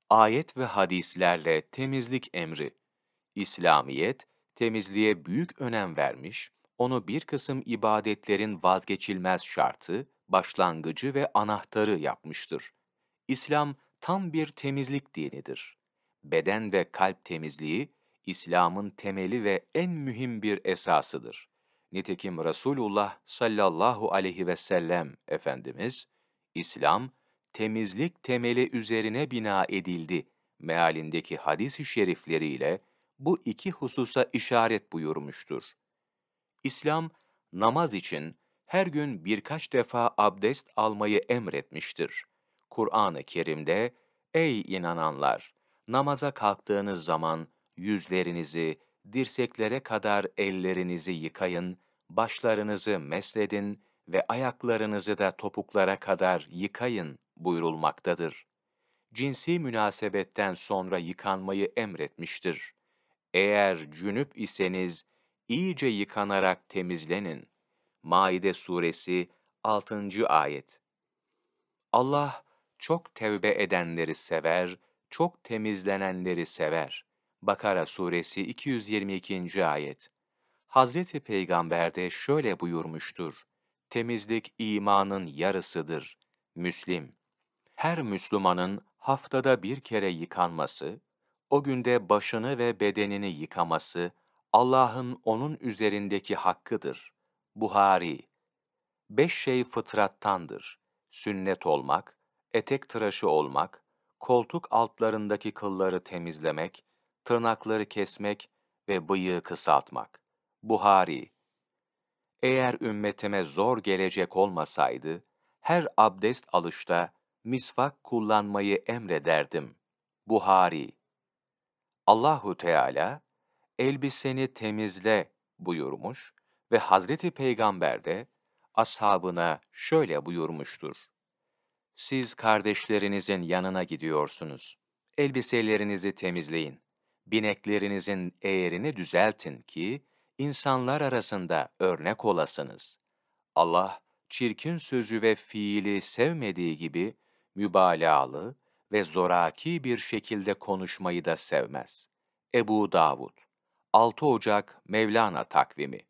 Ayet ve hadislerle temizlik emri. İslamiyet, temizliğe büyük önem vermiş, onu bir kısım ibadetlerin vazgeçilmez şartı, başlangıcı ve anahtarı yapmıştır. İslam tam bir temizlik dinidir. Beden ve kalp temizliği, İslam'ın temeli ve en mühim bir esasıdır. Nitekim Resulullah sallallahu aleyhi ve sellem Efendimiz, İslam, temizlik temeli üzerine bina edildi mealindeki hadis-i şerifleriyle bu iki hususa işaret buyurmuştur. İslam, namaz için her gün birkaç defa abdest almayı emretmiştir. Kur'an-ı Kerim'de, "Ey inananlar! Namaza kalktığınız zaman yüzlerinizi, dirseklere kadar ellerinizi yıkayın, başlarınızı mesledin ve ayaklarınızı da topuklara kadar yıkayın" buyurulmaktadır. Cinsi münasebetten sonra yıkanmayı emretmiştir. Eğer cünüp iseniz, iyice yıkanarak temizlenin. Maide suresi 6. ayet. Allah çok tevbe edenleri sever, çok temizlenenleri sever. Bakara suresi 222. ayet. Hazreti Peygamber de şöyle buyurmuştur: temizlik imanın yarısıdır. Müslim. Her Müslümanın haftada bir kere yıkanması, o günde başını ve bedenini yıkaması, Allah'ın onun üzerindeki hakkıdır. Buhari. 5 şey fıtrattandır: sünnet olmak, etek tıraşı olmak, koltuk altlarındaki kılları temizlemek, tırnakları kesmek ve bıyığı kısaltmak. Buhari. Eğer ümmetime zor gelecek olmasaydı, her abdest alışta misvak kullanmayı emrederdim. Buhari. Allahu Teala elbiseni temizle buyurmuş ve Hazreti Peygamber de ashabına şöyle buyurmuştur: siz kardeşlerinizin yanına gidiyorsunuz. Elbiselerinizi temizleyin. Bineklerinizin eğerini düzeltin ki insanlar arasında örnek olasınız. Allah, çirkin sözü ve fiili sevmediği gibi, mübalağalı ve zoraki bir şekilde konuşmayı da sevmez. Ebu Davud 6 Ocak Mevlana takvimi